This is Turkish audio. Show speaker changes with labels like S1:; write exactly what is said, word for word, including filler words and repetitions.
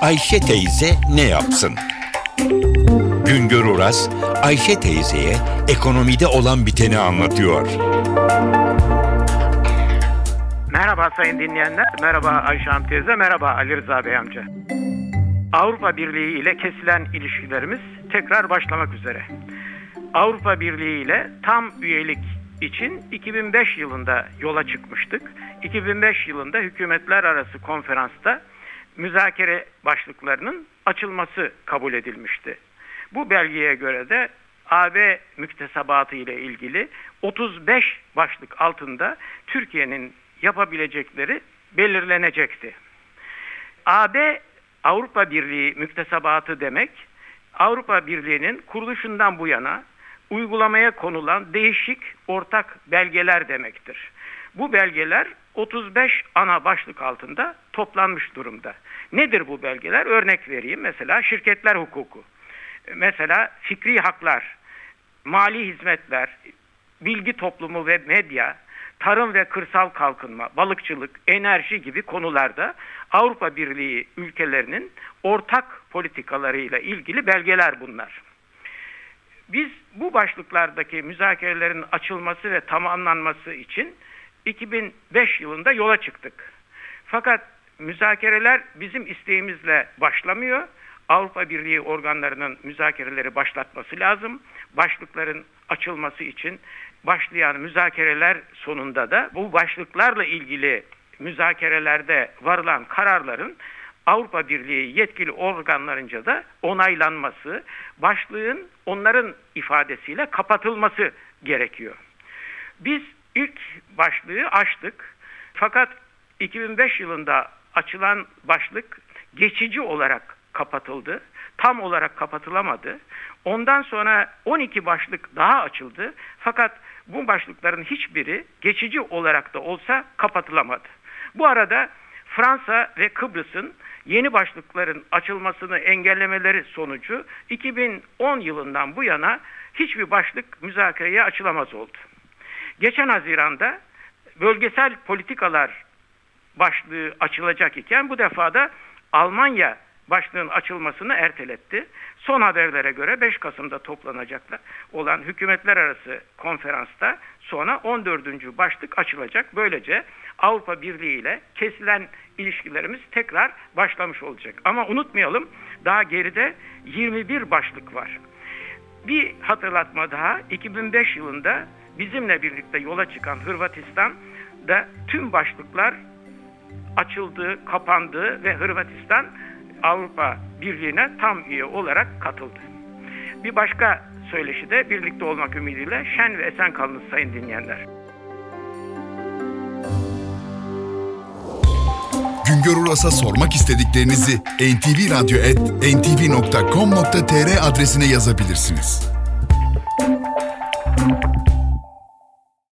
S1: Ayşe teyze ne yapsın? Güngör Oras, Ayşe teyzeye ekonomide olan biteni anlatıyor.
S2: Merhaba sayın dinleyenler, merhaba Ayşe Hanım teyze, merhaba Ali Rıza Bey amca. Avrupa Birliği ile kesilen ilişkilerimiz tekrar başlamak üzere. Avrupa Birliği ile tam üyelik için iki bin beş yılında yola çıkmıştık. iki bin beş yılında hükümetler arası konferansta müzakere başlıklarının açılması kabul edilmişti. Bu belgeye göre de A B müktesebatı ile ilgili otuz beş başlık altında Türkiye'nin yapabilecekleri belirlenecekti. A B Avrupa Birliği müktesebatı demek, Avrupa Birliği'nin kuruluşundan bu yana uygulamaya konulan değişik ortak belgeler demektir. Bu belgeler otuz beş ana başlık altında toplanmış durumda. Nedir bu belgeler? Örnek vereyim. Mesela şirketler hukuku, mesela fikri haklar, mali hizmetler, bilgi toplumu ve medya, tarım ve kırsal kalkınma, balıkçılık, enerji gibi konularda Avrupa Birliği ülkelerinin ortak politikalarıyla ilgili belgeler bunlar. Biz bu başlıklardaki müzakerelerin açılması ve tamamlanması için iki bin beş yılında yola çıktık. Fakat müzakereler bizim isteğimizle başlamıyor. Avrupa Birliği organlarının müzakereleri başlatması lazım. Başlıkların açılması için başlayan müzakereler sonunda da bu başlıklarla ilgili müzakerelerde varılan kararların Avrupa Birliği yetkili organlarınca da onaylanması, başlığın onların ifadesiyle kapatılması gerekiyor. Biz ilk başlığı açtık. Fakat iki bin beş yılında açılan başlık geçici olarak kapatıldı. Tam olarak kapatılamadı. Ondan sonra on iki başlık daha açıldı. Fakat bu başlıkların hiçbiri geçici olarak da olsa kapatılamadı. Bu arada Fransa ve Kıbrıs'ın yeni başlıkların açılmasını engellemeleri sonucu iki bin on yılından bu yana hiçbir başlık müzakereye açılamaz oldu. Geçen Haziran'da bölgesel politikalar başlığı açılacak iken bu defa da Almanya başlığın açılmasını erteletti. Son haberlere göre beş Kasım'da toplanacaklar olan hükümetler arası konferansta sonra on dördüncü başlık açılacak. Böylece Avrupa Birliği ile kesilen ilişkilerimiz tekrar başlamış olacak. Ama unutmayalım, daha geride yirmi bir başlık var. Bir hatırlatma daha, iki bin beş yılında bizimle birlikte yola çıkan Hırvatistan'da tüm başlıklar açıldı, kapandı ve Hırvatistan Avrupa Birliği'ne tam üye olarak katıldı. Bir başka söyleşi de birlikte olmak ümidiyle şen ve esen kalınız sayın dinleyenler.
S3: Güngör Oras'a sormak istediklerinizi en ti vi radyo et en ti vi nokta com nokta tr adresine yazabilirsiniz.